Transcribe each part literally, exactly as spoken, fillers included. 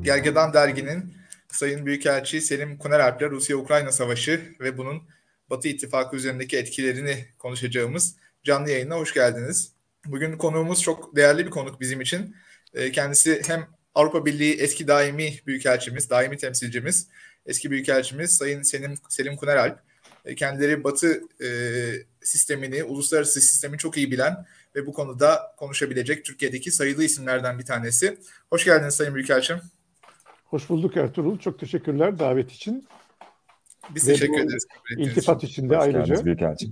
Gergedan Dergi'nin Sayın Büyükelçi Selim Kuneralp'le Rusya-Ukrayna Savaşı ve bunun Batı İttifakı üzerindeki etkilerini konuşacağımız canlı yayına hoş geldiniz. Bugün konuğumuz çok değerli bir konuk bizim için. Kendisi hem Avrupa Birliği eski daimi büyükelçimiz, daimi temsilcimiz, eski büyükelçimiz Sayın Selim, Selim Kuneralp. Kendileri Batı e, sistemini, uluslararası sistemi çok iyi bilen ve bu konuda konuşabilecek Türkiye'deki sayılı isimlerden bir tanesi. Hoş geldiniz Sayın Büyükelçim. Hoş bulduk Ertuğrul. Çok teşekkürler davet için. Biz ve teşekkür ederiz. İltifat için de ayrıca.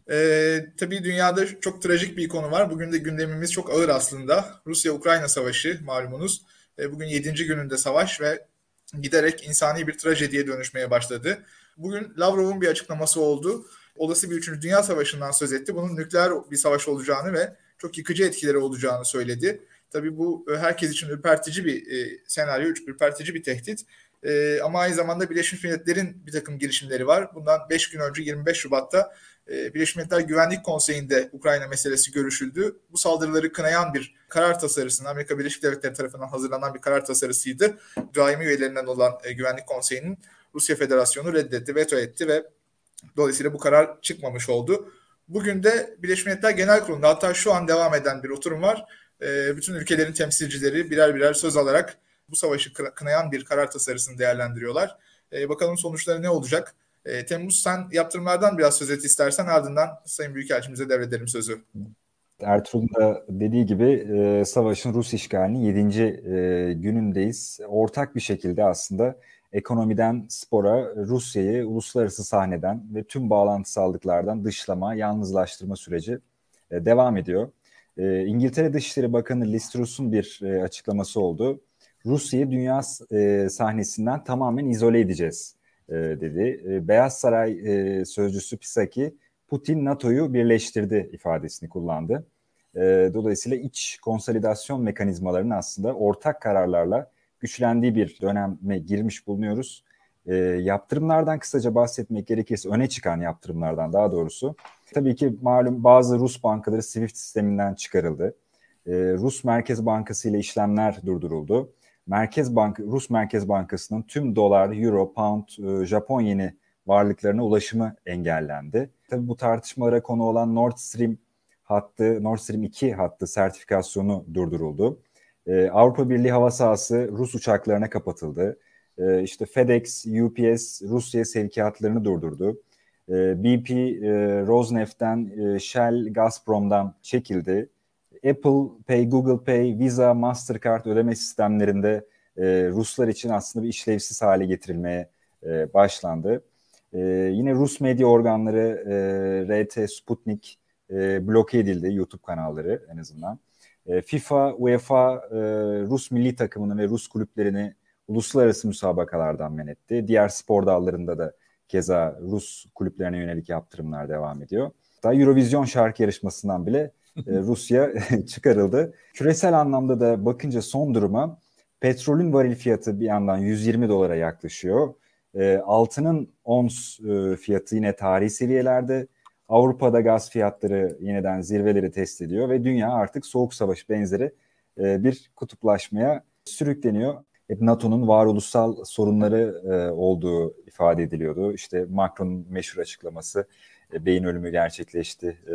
Ee, tabii dünyada çok trajik bir konu var. Bugün de gündemimiz çok ağır aslında. Rusya-Ukrayna Savaşı malumunuz. Ee, bugün yedinci gününde savaş ve giderek insani bir trajediye dönüşmeye başladı. Bugün Lavrov'un bir açıklaması oldu. Olası bir üçüncü Dünya Savaşı'ndan söz etti. Bunun nükleer bir savaş olacağını ve çok yıkıcı etkileri olacağını söyledi. Tabii bu herkes için ürpertici bir e, senaryo, ürpertici bir tehdit. E, ama aynı zamanda Birleşmiş Milletler'in bir takım girişimleri var. Bundan beş gün önce yirmi beş Şubat'ta e, Birleşmiş Milletler Güvenlik Konseyi'nde Ukrayna meselesi görüşüldü. Bu saldırıları kınayan bir karar tasarısının Amerika Birleşik Devletleri tarafından hazırlanan bir karar tasarısıydı. Daimi üyelerinden olan e, Güvenlik Konseyi'nin Rusya Federasyonu reddetti, veto etti ve dolayısıyla bu karar çıkmamış oldu. Bugün de Birleşmiş Milletler Genel Kurulu'nda hatta şu an devam eden bir oturum var. E, bütün ülkelerin temsilcileri birer birer söz alarak bu savaşı kınayan bir karar tasarısını değerlendiriyorlar. E, bakalım sonuçları ne olacak? E, Temmuz, sen yaptırımlardan biraz söz et istersen, ardından Sayın Büyükelçimize devredelim sözü. Ertuğrul'un da dediği gibi e, savaşın Rus işgalinin yedinci e, günündeyiz. Ortak bir şekilde aslında ekonomiden spora, Rusya'yı uluslararası sahneden ve tüm bağlantısallıklardan dışlama, yalnızlaştırma süreci e, devam ediyor. E, İngiltere Dışişleri Bakanı Liz Truss'un bir e, açıklaması oldu. Rusya'yı dünya e, sahnesinden tamamen izole edeceğiz e, dedi. E, Beyaz Saray e, sözcüsü Psaki, Putin NATO'yu birleştirdi ifadesini kullandı. E, dolayısıyla iç konsolidasyon mekanizmalarının aslında ortak kararlarla güçlendiği bir döneme girmiş bulunuyoruz. E, yaptırımlardan kısaca bahsetmek gerekirse, öne çıkan yaptırımlardan daha doğrusu. Tabii ki malum bazı Rus bankaları SWIFT sisteminden çıkarıldı. E, Rus Merkez Bankası ile işlemler durduruldu. Merkez Bank, Rus Merkez Bankası'nın tüm dolar, euro, pound, Japon yeni varlıklarına ulaşımı engellendi. Tabii bu tartışmalara konu olan Nord Stream hattı, Nord Stream iki hattı sertifikasyonu durduruldu. Ee, Avrupa Birliği hava sahası Rus uçaklarına kapatıldı. Ee, işte FedEx, U P S Rusya sevkiyatlarını durdurdu. Ee, B P, e, Rosneft'ten, e, Shell, Gazprom'dan çekildi. Apple Pay, Google Pay, Visa, Mastercard ödeme sistemlerinde e, Ruslar için aslında bir işlevsiz hale getirilmeye e, başlandı. E, yine Rus medya organları e, R T, Sputnik e, bloke edildi, YouTube kanalları en azından. E, FIFA, UEFA e, Rus milli takımını ve Rus kulüplerini uluslararası müsabakalardan men etti. Diğer spor dallarında da keza Rus kulüplerine yönelik yaptırımlar devam ediyor. Hatta Eurovision şarkı yarışmasından bile Rusya çıkarıldı. Küresel anlamda da bakınca son duruma, petrolün varil fiyatı bir yandan yüz yirmi dolara yaklaşıyor. E, altının ons e, fiyatı yine tarihi seviyelerde. Avrupa'da gaz fiyatları yeniden zirveleri test ediyor ve dünya artık soğuk savaş benzeri e, bir kutuplaşmaya sürükleniyor. Hep NATO'nun varoluşsal sorunları e, olduğu ifade ediliyordu. İşte Macron'un meşhur açıklaması, e, beyin ölümü gerçekleşti e,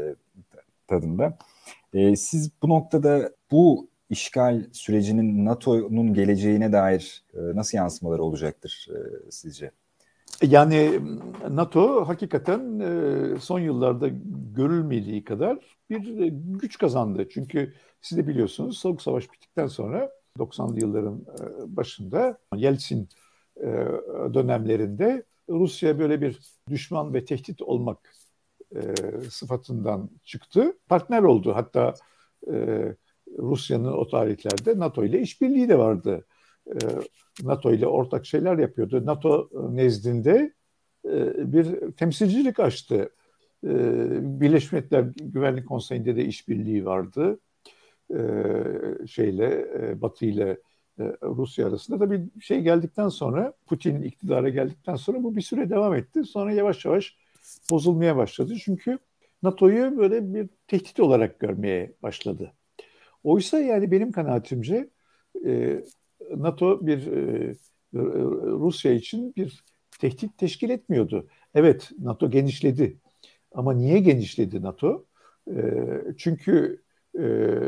tadında. E, siz bu noktada bu işgal sürecinin NATO'nun geleceğine dair e, nasıl yansımaları olacaktır e, sizce? Yani NATO hakikaten e, son yıllarda görülmediği kadar bir e, güç kazandı. Çünkü siz de biliyorsunuz, Soğuk Savaş bittikten sonra doksanlı yılların e, başında Yeltsin e, dönemlerinde Rusya böyle bir düşman ve tehdit olmak E, sıfatından çıktı. Partner oldu. Hatta e, Rusya'nın o tarihlerde NATO ile işbirliği de vardı. E, NATO ile ortak şeyler yapıyordu. NATO nezdinde e, bir temsilcilik açtı. E, Birleşmiş Milletler Güvenlik Konseyi'nde de işbirliği vardı. E, şeyle e, Batı ile e, Rusya arasında. Tabii şey geldikten sonra, Putin iktidara geldikten sonra bu bir süre devam etti. Sonra yavaş yavaş bozulmaya başladı. Çünkü NATO'yu böyle bir tehdit olarak görmeye başladı. Oysa yani benim kanaatimce e, NATO bir e, Rusya için bir tehdit teşkil etmiyordu. Evet, NATO genişledi. Ama niye genişledi NATO? E, çünkü e,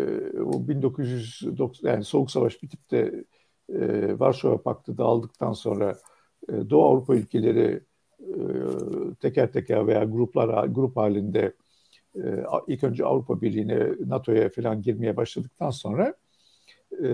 o bin dokuz yüz doksan yani Soğuk Savaş bitip de e, Varşova Paktı dağıldıktan sonra e, Doğu Avrupa ülkeleri e, teker teker veya gruplar grup halinde e, ilk önce Avrupa Birliği'ne, NATO'ya falan girmeye başladıktan sonra e,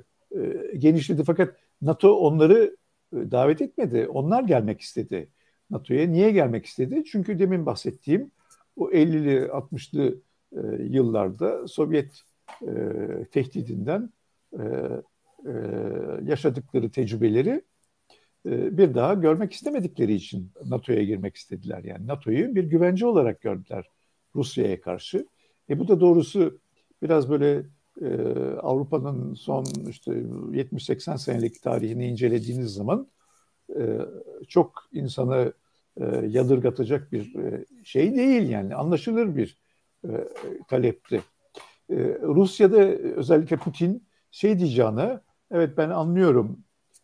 e, genişledi. Fakat NATO onları davet etmedi. Onlar gelmek istedi NATO'ya. Niye gelmek istedi? Çünkü demin bahsettiğim o ellili altmışlı e, yıllarda Sovyet e, tehdidinden e, e, yaşadıkları tecrübeleri e, bir daha görmek istemedikleri için NATO'ya girmek istediler. Yani NATO'yu bir güvence olarak gördüler Rusya'ya karşı. E bu da doğrusu biraz böyle e, Avrupa'nın son işte yetmiş seksen senelik tarihini incelediğiniz zaman e, çok insanı e, yadırgatacak bir e, şey değil yani. Anlaşılır bir e, talepti. E, Rusya'da özellikle Putin şey diyeceğine, evet ben anlıyorum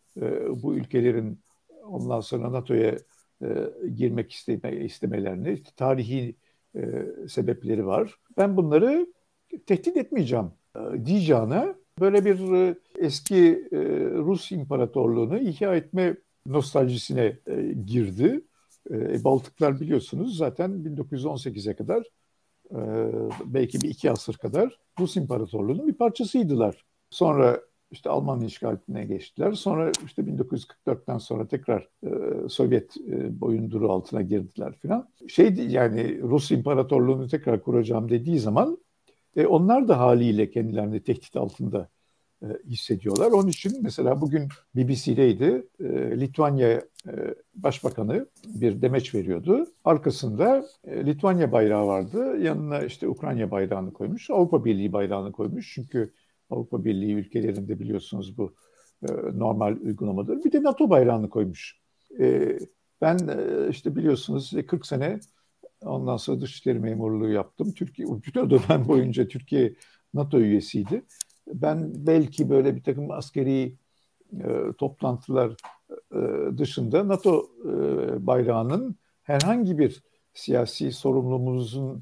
e, bu ülkelerin ondan sonra NATO'ya e, girmek isteme, istemelerini, işte tarihi e, sebepleri var. Ben bunları tehdit etmeyeceğim e, diyeceğine böyle bir e, eski e, Rus İmparatorluğunu ihya etme nostaljisine e, girdi. E, Baltıklar biliyorsunuz zaten bin dokuz yüz on sekize kadar e, belki bir iki asır kadar Rus İmparatorluğu'nun bir parçasıydılar. Sonra işte Alman işgaline geçtiler. Sonra işte bin dokuz yüz kırk dörtten sonra tekrar e, Sovyet e, boyunduruğu altına girdiler filan. Şey yani Rus İmparatorluğu'nu tekrar kuracağım dediği zaman e, onlar da haliyle kendilerini tehdit altında e, hissediyorlar. Onun için mesela bugün B B C'deydi. E, Litvanya e, Başbakanı bir demeç veriyordu. Arkasında e, Litvanya bayrağı vardı. Yanına işte Ukrayna bayrağını koymuş. Avrupa Birliği bayrağını koymuş. Çünkü Avrupa Birliği ülkelerinde biliyorsunuz bu e, normal uygulamadır. Bir de NATO bayrağını koymuş. E, ben e, işte biliyorsunuz kırk sene ondan sonra Dışişleri Memurluğu yaptım. Türkiye, bütün o dönem boyunca Türkiye NATO üyesiydi. Ben belki böyle bir takım askeri e, toplantılar e, dışında NATO e, bayrağının herhangi bir siyasi sorumluluğumuzun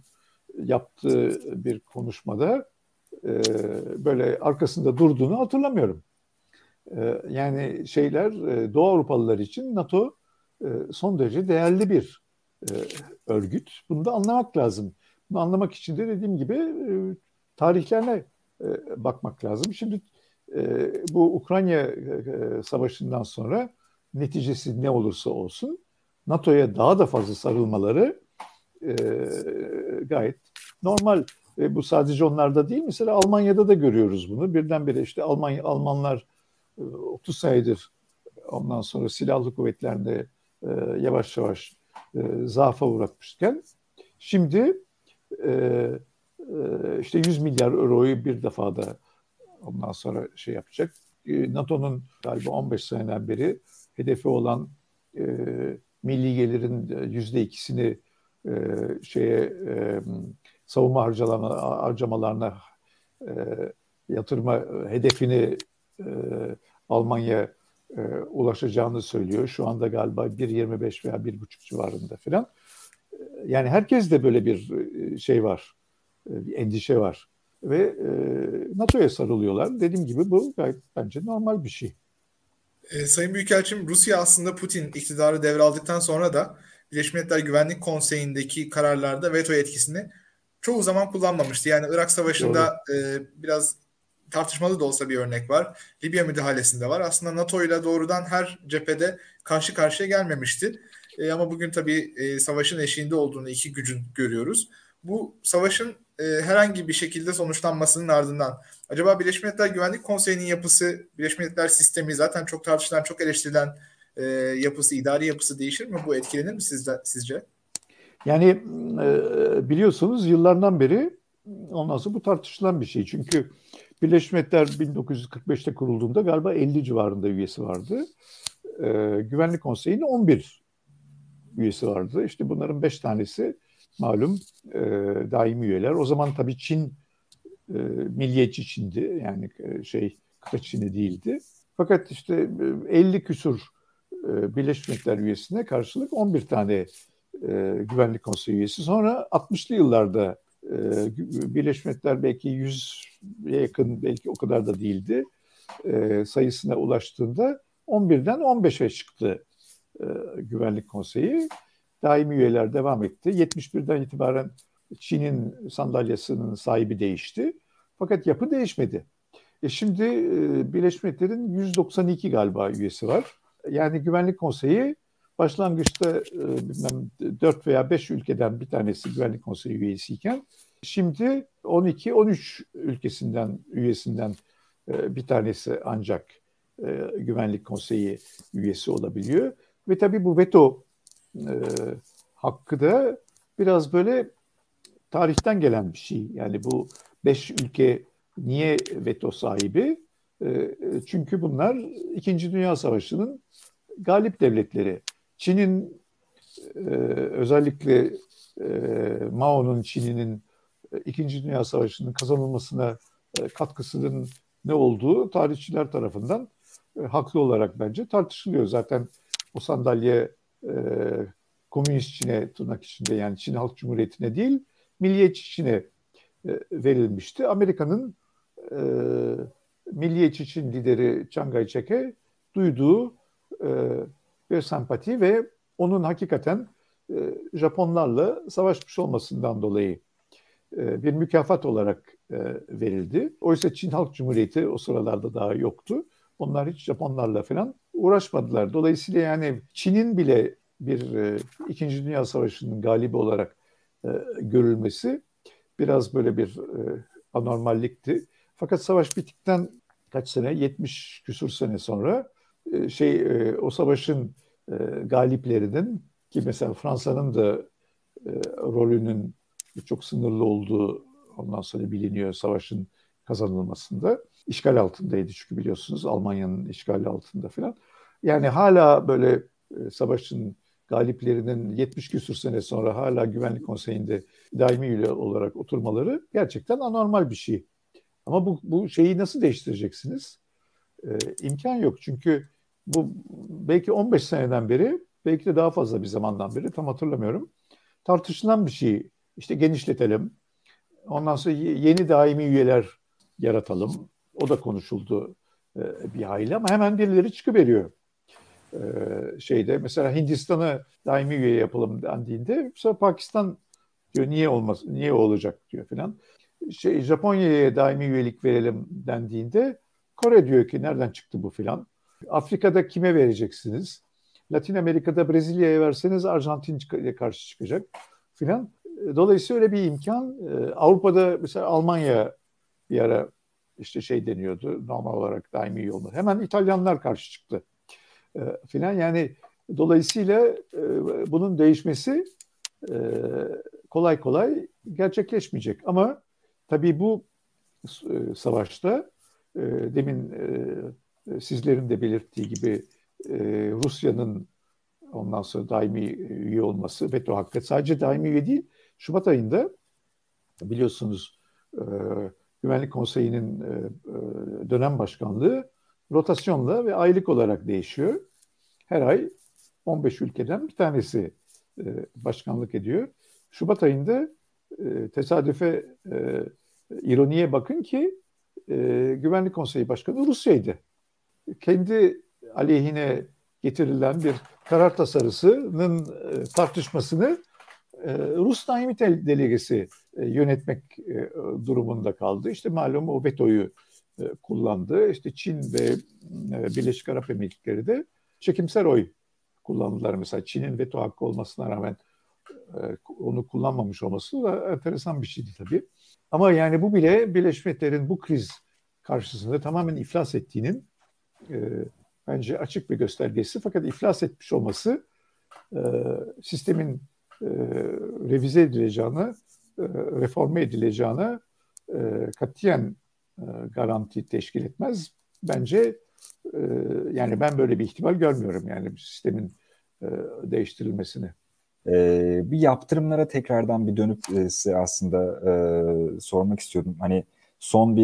yaptığı bir konuşmada e, böyle arkasında durduğunu hatırlamıyorum. E, yani şeyler e, Doğu Avrupalılar için NATO e, son derece değerli bir e, örgüt. Bunu da anlamak lazım. Bunu anlamak için de dediğim gibi e, tarihlerine e, bakmak lazım. Şimdi e, bu Ukrayna e, Savaşı'ndan sonra neticesi ne olursa olsun NATO'ya daha da fazla sarılmaları e, gayet normal. E, bu sadece onlarda değil. Mesela Almanya'da da görüyoruz bunu. Birdenbire işte Almanya Almanlar e, otuz senedir ondan sonra silahlı kuvvetlerinde e, yavaş yavaş e, zaafa uğratmışken şimdi e, e, işte yüz milyar euroyu bir defada ondan sonra şey yapacak. E, NATO'nun galiba on beş seneden beri hedefi olan e, milli gelirin yüzde ikisini e, şeye e, savunma harcamalarına, harcamalarına e, yatırma hedefini e, Almanya e, ulaşacağını söylüyor. Şu anda galiba bir virgül yirmi beş veya bir buçuk civarında falan. Yani herkes de böyle bir şey var, bir endişe var. Ve e, NATO'ya sarılıyorlar. Dediğim gibi bu gayet bence normal bir şey. E, Sayın Büyükelçim, Rusya aslında Putin iktidarı devraldıktan sonra da Birleşmiş Milletler Güvenlik Konseyi'ndeki kararlarda veto etkisini çoğu zaman kullanmamıştı. Yani Irak Savaşı'nda e, biraz tartışmalı da olsa bir örnek var. Libya müdahalesinde var. Aslında NATO ile doğrudan her cephede karşı karşıya gelmemişti. E, ama bugün tabii e, savaşın eşiğinde olduğunu iki gücün görüyoruz. Bu savaşın e, herhangi bir şekilde sonuçlanmasının ardından acaba Birleşmiş Milletler Güvenlik Konseyi'nin yapısı, Birleşmiş Milletler sistemi zaten çok tartışılan, çok eleştirilen e, yapısı, idari yapısı değişir mi? Bu etkilenir mi sizce? sizce? Yani e, biliyorsunuz yıllardan beri ondan sonra bu tartışılan bir şey. Çünkü Birleşmiş Milletler bin dokuz yüz kırk beşte kurulduğunda galiba elli civarında üyesi vardı. E, Güvenlik Konseyi'nin on bir üyesi vardı. İşte bunların beş tanesi malum e, daimi üyeler. O zaman tabii Çin e, milliyetçi Çin'di. Yani e, şey kıta Çin'i değildi. Fakat işte elli küsur Birleşmiş Milletler üyesine karşılık on bir tane Güvenlik Konseyi üyesi. Sonra altmışlı yıllarda Birleşmiş Milletler belki yüze yakın, belki o kadar da değildi. Sayısına ulaştığında on birden on beşe çıktı Güvenlik Konseyi. Daimi üyeler devam etti. yetmiş birden itibaren Çin'in sandalyesinin sahibi değişti. Fakat yapı değişmedi. E şimdi e, Birleşmiş Milletler'in yüz doksan iki galiba üyesi var. Yani Güvenlik Konseyi başlangıçta e, bilmem dört veya beş ülkeden bir tanesi Güvenlik Konseyi üyesiyken şimdi on iki on üç ülkesinden üyesinden e, bir tanesi ancak e, Güvenlik Konseyi üyesi olabiliyor. Ve tabii bu veto e, hakkı da biraz böyle tarihten gelen bir şey. Yani bu beş ülke niye veto sahibi? E, çünkü bunlar İkinci Dünya Savaşı'nın galip devletleri. Çin'in e, özellikle e, Mao'nun Çin'in e, İkinci Dünya Savaşı'nın kazanılmasına e, katkısının ne olduğu tarihçiler tarafından e, haklı olarak bence tartışılıyor. Zaten o sandalye e, Komünist Çin'e, tırnak içinde, yani Çin Halk Cumhuriyeti'ne değil, Milliyetçi Çin'e e, verilmişti. Amerika'nın e, Milliyetçi Çin lideri Chiang Kai-shek'e duyduğu e, bir sempati ve onun hakikaten e, Japonlarla savaşmış olmasından dolayı e, bir mükafat olarak e, verildi. Oysa Çin Halk Cumhuriyeti o sıralarda daha yoktu. Onlar hiç Japonlarla falan uğraşmadılar. Dolayısıyla yani Çin'in bile bir e, İkinci Dünya Savaşı'nın galibi olarak e, görülmesi biraz böyle bir e, anormallikti. Fakat savaş bittikten kaç sene, yetmiş küsur sene sonra e, şey e, o savaşın e, galiplerinin, ki mesela Fransa'nın da e, rolünün çok sınırlı olduğu ondan sonra biliniyor savaşın kazanılmasında. İşgal altındaydı çünkü biliyorsunuz, Almanya'nın işgali altında falan. Yani hala böyle e, savaşın galiplerinin yetmiş küsur sene sonra hala Güvenlik Konseyi'nde daimi üye olarak oturmaları gerçekten anormal bir şey. Ama bu, bu şeyi nasıl değiştireceksiniz? Ee, imkan yok. Çünkü bu belki on beş seneden beri, belki de daha fazla bir zamandan beri, tam hatırlamıyorum, tartışılan bir şey. İşte genişletelim. Ondan sonra yeni daimi üyeler yaratalım. O da konuşuldu e, bir hayli, ama hemen birileri çıkıveriyor. Ee, şeyde mesela Hindistan'a daimi üye yapalım dendiğinde mesela Pakistan diyor niye olmaz, niye olacak diyor filan. Şey, Japonya'ya daimi üyelik verelim dendiğinde Kore diyor ki nereden çıktı bu filan. Afrika'da kime vereceksiniz? Latin Amerika'da Brezilya'ya verseniz Arjantin karşı çıkacak filan. Dolayısıyla öyle bir imkan. Avrupa'da mesela Almanya bir ara işte şey deniyordu, normal olarak daimi üye olmalı. Hemen İtalyanlar karşı çıktı filan. Yani dolayısıyla bunun değişmesi kolay kolay gerçekleşmeyecek. Ama tabii bu savaşta demin sizlerin de belirttiği gibi Rusya'nın ondan sonra daimi üye olması, veto hakkı, sadece daimi üye değil, Şubat ayında biliyorsunuz Güvenlik Konseyi'nin dönem başkanlığı rotasyonla ve aylık olarak değişiyor. Her ay on beş ülkeden bir tanesi başkanlık ediyor. Şubat ayında tesadüfe, ironiye bakın ki Güvenlik Konseyi Başkanı Rusya'ydı. Kendi aleyhine getirilen bir karar tasarısının tartışmasını Rus daimi delegesi yönetmek durumunda kaldı. İşte malum o vetoyu kullandı. İşte Çin ve Birleşik Arap Emirlikleri de çekimser oy kullandılar. Mesela Çin'in veto hakkı olmasına rağmen onu kullanmamış olması da enteresan bir şeydi tabii. Ama yani bu bile Birleşmiş Milletler'in bu kriz karşısında tamamen iflas ettiğinin e, bence açık bir göstergesi. Fakat iflas etmiş olması e, sistemin e, revize edileceğine, e, reforme edileceğine e, katiyen e, garanti teşkil etmez. Bence e, yani ben böyle bir ihtimal görmüyorum, yani sistemin e, değiştirilmesini. Ee, bir yaptırımlara tekrardan bir dönüp e, size aslında e, sormak istiyordum. Hani son bir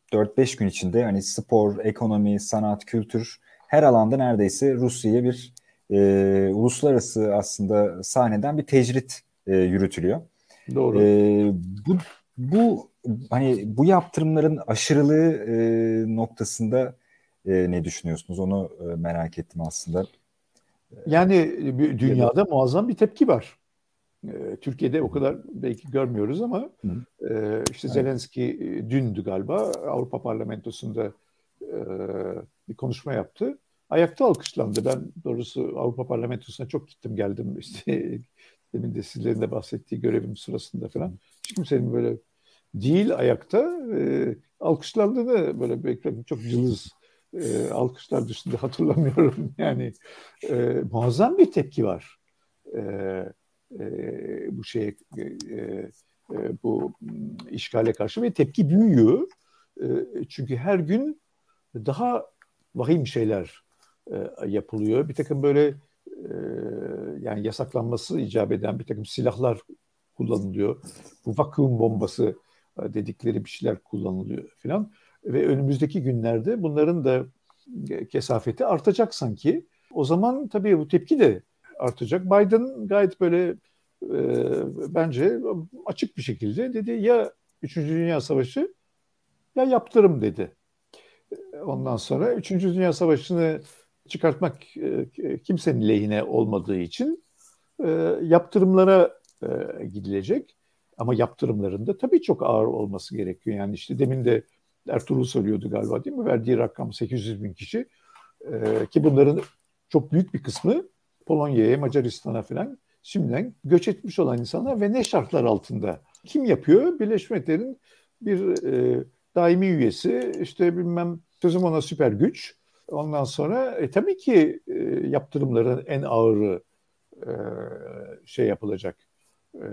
dört beş gün içinde hani spor, ekonomi, sanat, kültür her alanda neredeyse Rusya'ya bir e, uluslararası aslında sahneden bir tecrit e, yürütülüyor. Doğru. E, bu bu hani bu yaptırımların aşırılığı e, noktasında e, ne düşünüyorsunuz? Onu e, merak ettim aslında. Yani dünyada muazzam bir tepki var. Türkiye'de o kadar belki görmüyoruz ama e, işte Zelenski dündü galiba Avrupa Parlamentosu'nda e, bir konuşma yaptı. Ayakta alkışlandı. Ben doğrusu Avrupa Parlamentosu'na çok gittim geldim işte demin de sizlerin de bahsettiği görevim sırasında falan. Hiç kimsenin böyle değil ayakta e, alkışlandığını böyle belki çok cılız e, alkışlar dışında hatırlamıyorum. Yani e, muazzam bir tepki var. E, e, bu şeye e, e, bu işgale karşı ve tepki büyüyor. E, çünkü her gün daha vahim şeyler e, yapılıyor. Bir takım böyle e, yani yasaklanması icap eden bir takım silahlar kullanılıyor. Bu vakum bombası e, dedikleri bir şeyler kullanılıyor filan. Ve önümüzdeki günlerde bunların da kesafeti artacak sanki. O zaman tabii bu tepki de artacak. Biden gayet böyle e, bence açık bir şekilde dedi ya Üçüncü Dünya Savaşı ya yaptırım dedi. Ondan sonra Üçüncü Dünya Savaşı'nı çıkartmak e, kimsenin lehine olmadığı için e, yaptırımlara e, gidilecek. Ama yaptırımların da tabii çok ağır olması gerekiyor. Yani işte demin de Ertuğrul söylüyordu galiba değil mi? Verdiği rakam sekiz yüz bin kişi. E, ki bunların çok büyük bir kısmı Polonya'ya, Macaristan'a falan şimdiden göç etmiş olan insanlar ve ne şartlar altında? Kim yapıyor? Birleşmiş Milletler'in bir e, daimi üyesi, işte bilmem sözüm ona süper güç. Ondan sonra e, tabii ki e, yaptırımların en ağırı e, şey yapılacak, e,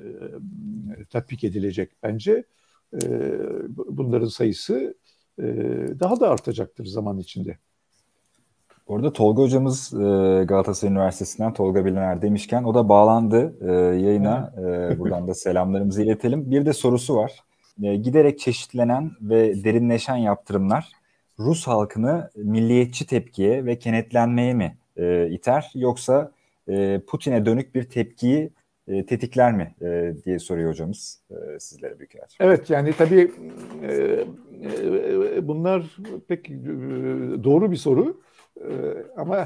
tatbik edilecek bence. E, bunların sayısı e, daha da artacaktır zaman içinde. Orada Tolga hocamız e, Galatasaray Üniversitesi'nden Tolga Biliner demişken o da bağlandı e, yayına. E, buradan da selamlarımızı iletelim. Bir de sorusu var. E, giderek çeşitlenen ve derinleşen yaptırımlar Rus halkını milliyetçi tepkiye ve kenetlenmeye mi e, iter yoksa e, Putin'e dönük bir tepkiyi e, tetikler mi e, diye soruyor hocamız e, sizlere Büyükelçi. Evet yani tabii e, e, bunlar pek e, doğru bir soru. Ee, ama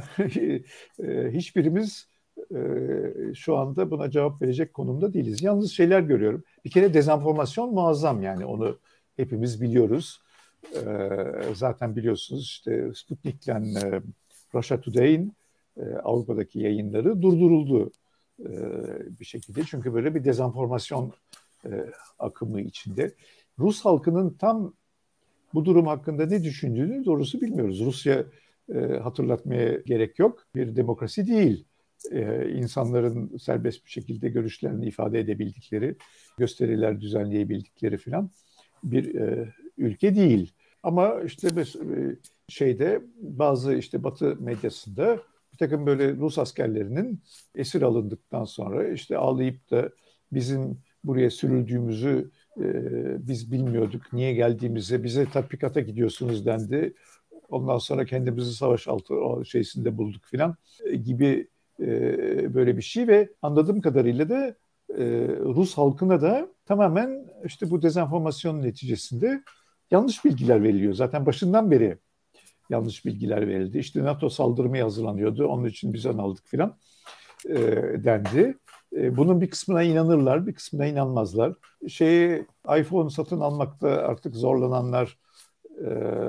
e, hiçbirimiz e, şu anda buna cevap verecek konumda değiliz. Yalnız şeyler görüyorum. Bir kere dezenformasyon muazzam yani onu hepimiz biliyoruz. Ee, zaten biliyorsunuz işte Sputnik'le e, Russia Today'in e, Avrupa'daki yayınları durduruldu e, bir şekilde. Çünkü böyle bir dezenformasyon e, akımı içinde. Rus halkının tam bu durum hakkında ne düşündüğünü doğrusu bilmiyoruz. Rusya e, hatırlatmaya gerek yok. Bir demokrasi değil. E, insanların serbest bir şekilde görüşlerini ifade edebildikleri, gösteriler düzenleyebildikleri falan bir e, ülke değil. Ama işte e, şeyde bazı işte Batı medyasında bir takım böyle Rus askerlerinin esir alındıktan sonra işte ağlayıp da bizim buraya sürüldüğümüzü e, biz bilmiyorduk. Niye geldiğimizi bize tatbikata gidiyorsunuz dendi. Ondan sonra kendimizi savaş altı şeysinde bulduk filan gibi e, böyle bir şey ve anladığım kadarıyla da e, Rus halkına da tamamen işte bu dezenformasyonun neticesinde yanlış bilgiler veriliyor. Zaten başından beri yanlış bilgiler verildi. İşte NATO saldırmaya hazırlanıyordu. Onun için biz ön aldık filan e, dendi. E, bunun bir kısmına inanırlar, bir kısmına inanmazlar. Şeyi iPhone satın almakta artık zorlananlar e,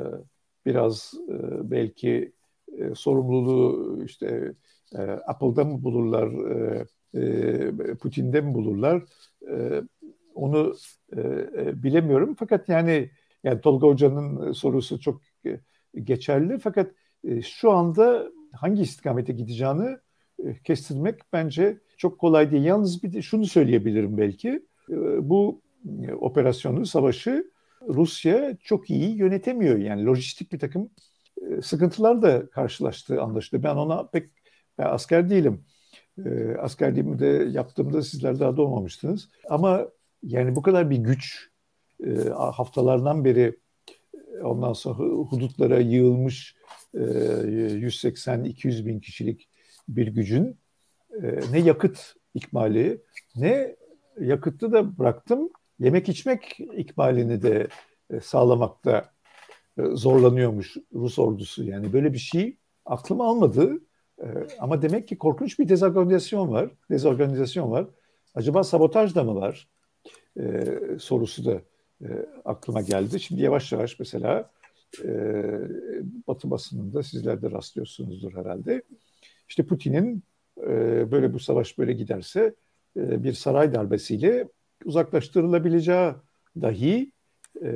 biraz e, belki e, sorumluluğu işte e, Apple'da mı bulurlar, e, e, Putin'de mi bulurlar? E, onu e, e, bilemiyorum. Fakat yani yani Tolga Hoca'nın sorusu çok e, geçerli. Fakat e, şu anda hangi istikamete gideceğini e, kestirmek bence çok kolay değil. Yalnız bir de şunu söyleyebilirim belki. E, bu e, operasyonu, savaşı Rusya çok iyi yönetemiyor. Yani lojistik bir takım e, sıkıntılar da karşılaştığı anlaşılıyor. Ben ona pek ben asker değilim. E, askerliğimi de yaptığımda sizler daha doğmamıştınız. Ama yani bu kadar bir güç e, haftalardan beri ondan sonra hudutlara yığılmış e, yüz seksen iki yüz bin kişilik bir gücün e, ne yakıt ikmali, ne yakıtı da bıraktım, yemek içmek ikmalini de e, sağlamakta e, zorlanıyormuş Rus ordusu. Yani böyle bir şey aklım almadı. E, ama demek ki korkunç bir dezorganizasyon var. Dezorganizasyon var. Acaba sabotaj da mı var? E, sorusu da e, aklıma geldi. Şimdi yavaş yavaş mesela e, Batı basınında sizler de rastlıyorsunuzdur herhalde. İşte Putin'in e, böyle bu savaş böyle giderse e, bir saray darbesiyle uzaklaştırılabileceği dahi e,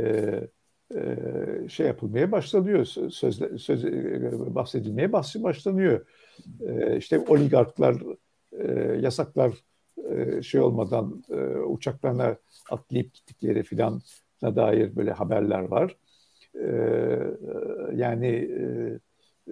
e, şey yapılmaya başlanıyor. Sözle, söz, e, bahsedilmeye başlanıyor. E, işte oligarklar, e, yasaklar e, şey olmadan e, uçaklarına atlayıp gittikleri filan dair böyle haberler var. E, yani e,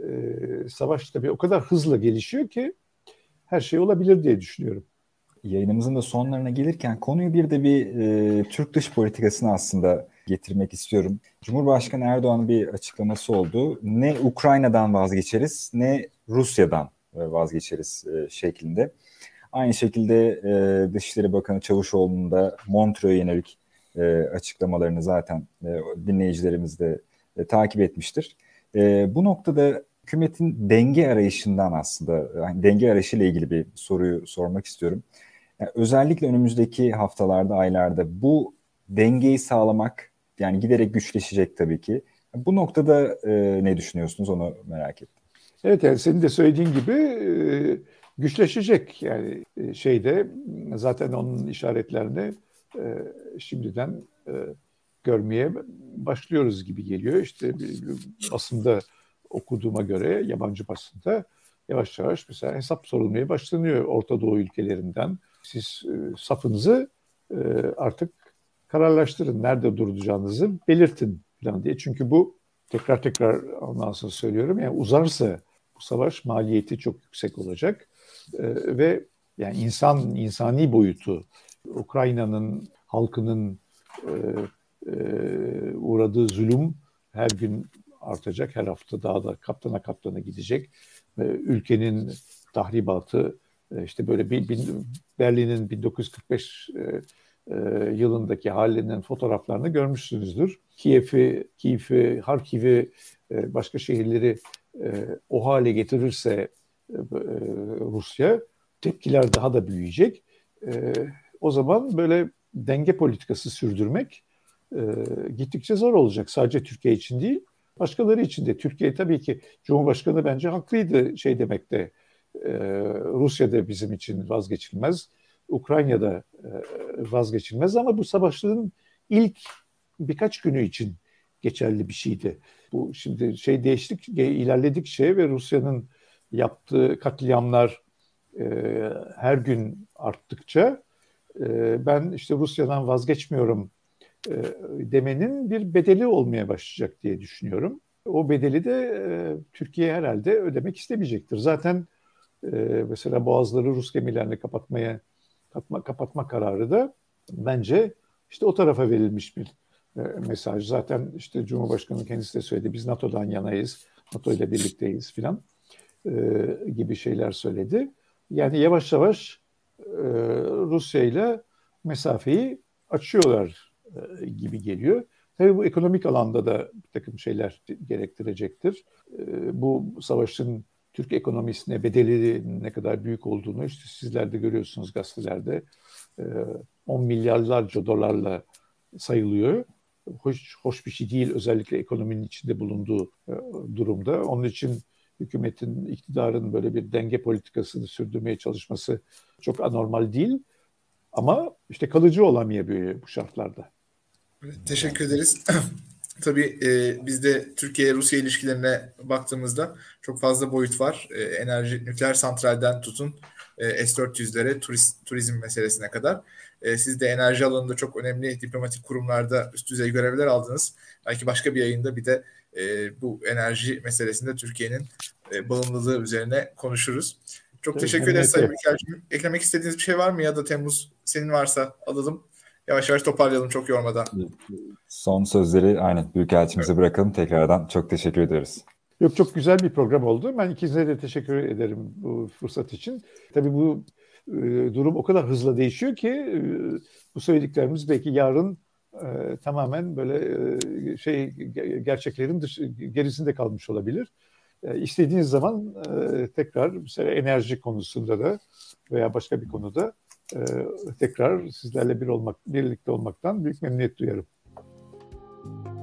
e, savaş tabii o kadar hızlı gelişiyor ki her şey olabilir diye düşünüyorum. Yayınımızın da sonlarına gelirken konuyu bir de bir e, Türk dış politikasına aslında getirmek istiyorum. Cumhurbaşkanı Erdoğan'ın bir açıklaması oldu. Ne Ukrayna'dan vazgeçeriz ne Rusya'dan vazgeçeriz e, şeklinde. Aynı şekilde e, Dışişleri Bakanı Çavuşoğlu'nun da Montreux'a yönelik e, açıklamalarını zaten e, dinleyicilerimiz de e, takip etmiştir. E, bu noktada hükümetin denge arayışından aslında, yani denge arayışıyla ilgili bir soruyu sormak istiyorum. Yani özellikle önümüzdeki haftalarda, aylarda bu dengeyi sağlamak, yani giderek güçleşecek tabii ki. Bu noktada e, ne düşünüyorsunuz, onu merak ettim. Evet, yani senin de söylediğin gibi e, güçleşecek. Yani e, şeyde zaten onun işaretlerini e, şimdiden e, görmeye başlıyoruz gibi geliyor. İşte bir, bir basında okuduğuma göre, yabancı basında yavaş yavaş mesela hesap sorulmaya başlanıyor Orta Doğu ülkelerinden. Siz e, safınızı e, artık kararlaştırın, nerede duracağınızı belirtin falan diye. Çünkü bu tekrar tekrar ondan sonra söylüyorum, yani uzarsa bu savaş maliyeti çok yüksek olacak e, ve yani insan insani boyutu, Ukrayna'nın halkının e, e, uğradığı zulüm her gün artacak, her hafta daha da katlana katlana gidecek. E, ülkenin tahribatı, e, işte böyle bir, bir Berlin'in bin dokuz yüz kırk beş e, e, yılındaki halinin fotoğraflarını görmüşsünüzdür. Kiev'i, Kiev'i, Harkiv'i, e, başka şehirleri e, o hale getirirse e, Rusya, tepkiler daha da büyüyecek. E, o zaman böyle denge politikası sürdürmek e, gittikçe zor olacak. Sadece Türkiye için değil, başkaları için de. Türkiye tabii ki, Cumhurbaşkanı bence haklıydı şey demekte. E, Rusya'da bizim için vazgeçilmez, Ukrayna'da e, vazgeçilmez, ama bu savaşın ilk birkaç günü için geçerli bir şeydi. Bu şimdi şey değiştik, ilerledikçe ve Rusya'nın yaptığı katliamlar e, her gün arttıkça e, ben işte Rusya'dan vazgeçmiyorum e, demenin bir bedeli olmaya başlayacak diye düşünüyorum. O bedeli de e, Türkiye herhalde ödemek istemeyecektir. Zaten e, mesela boğazları Rus gemilerine kapatmaya kapatma, kapatma kararı da bence işte o tarafa verilmiş bir e, mesaj. Zaten işte Cumhurbaşkanı kendisi de söyledi. Biz NATO'dan yanayız, NATO ile birlikteyiz filan e, gibi şeyler söyledi. Yani yavaş yavaş e, Rusya ile mesafeyi açıyorlar e, gibi geliyor. Tabii bu ekonomik alanda da bir takım şeyler gerektirecektir. E, bu savaşın Türk ekonomisine bedeli ne kadar büyük olduğunu işte sizler de görüyorsunuz gazetelerde. E, on milyarlarca dolarla sayılıyor. Hoş, hoş bir şey değil, özellikle ekonominin içinde bulunduğu e, durumda. Onun için hükümetin, iktidarın böyle bir denge politikasını sürdürmeye çalışması çok anormal değil. Ama işte kalıcı olamayabiliyor bu şartlarda. Teşekkür ederiz. Tabii e, biz de Türkiye-Rusya ilişkilerine baktığımızda çok fazla boyut var. E, enerji, nükleer santralden tutun e, S dört yüzlere, turist, turizm meselesine kadar. E, siz de enerji alanında çok önemli diplomatik kurumlarda üst düzey görevler aldınız. Belki başka bir yayında bir de e, bu enerji meselesinde Türkiye'nin e, bağımlılığı üzerine konuşuruz. Çok Tabii, teşekkür ederiz Sayın Büyükelçim. Eklemek istediğiniz bir şey var mı, ya da Temmuz senin varsa alalım. yavaş yavaş toparlayalım çok yormadan. Son sözleri aynen Büyükelçimize evet. bırakalım. Tekrardan çok teşekkür ederiz. Yok, çok güzel bir program oldu. Ben ikinize de teşekkür ederim bu fırsat için. Tabii bu e, durum o kadar hızlı değişiyor ki e, bu söylediklerimiz belki yarın e, tamamen böyle e, şey gerçeklerin dış, gerisinde kalmış olabilir. E, istediğiniz zaman e, tekrar mesela enerji konusunda da veya başka bir konuda e, tekrar sizlerle bir olmak, birlikte olmaktan büyük memnuniyet duyarım.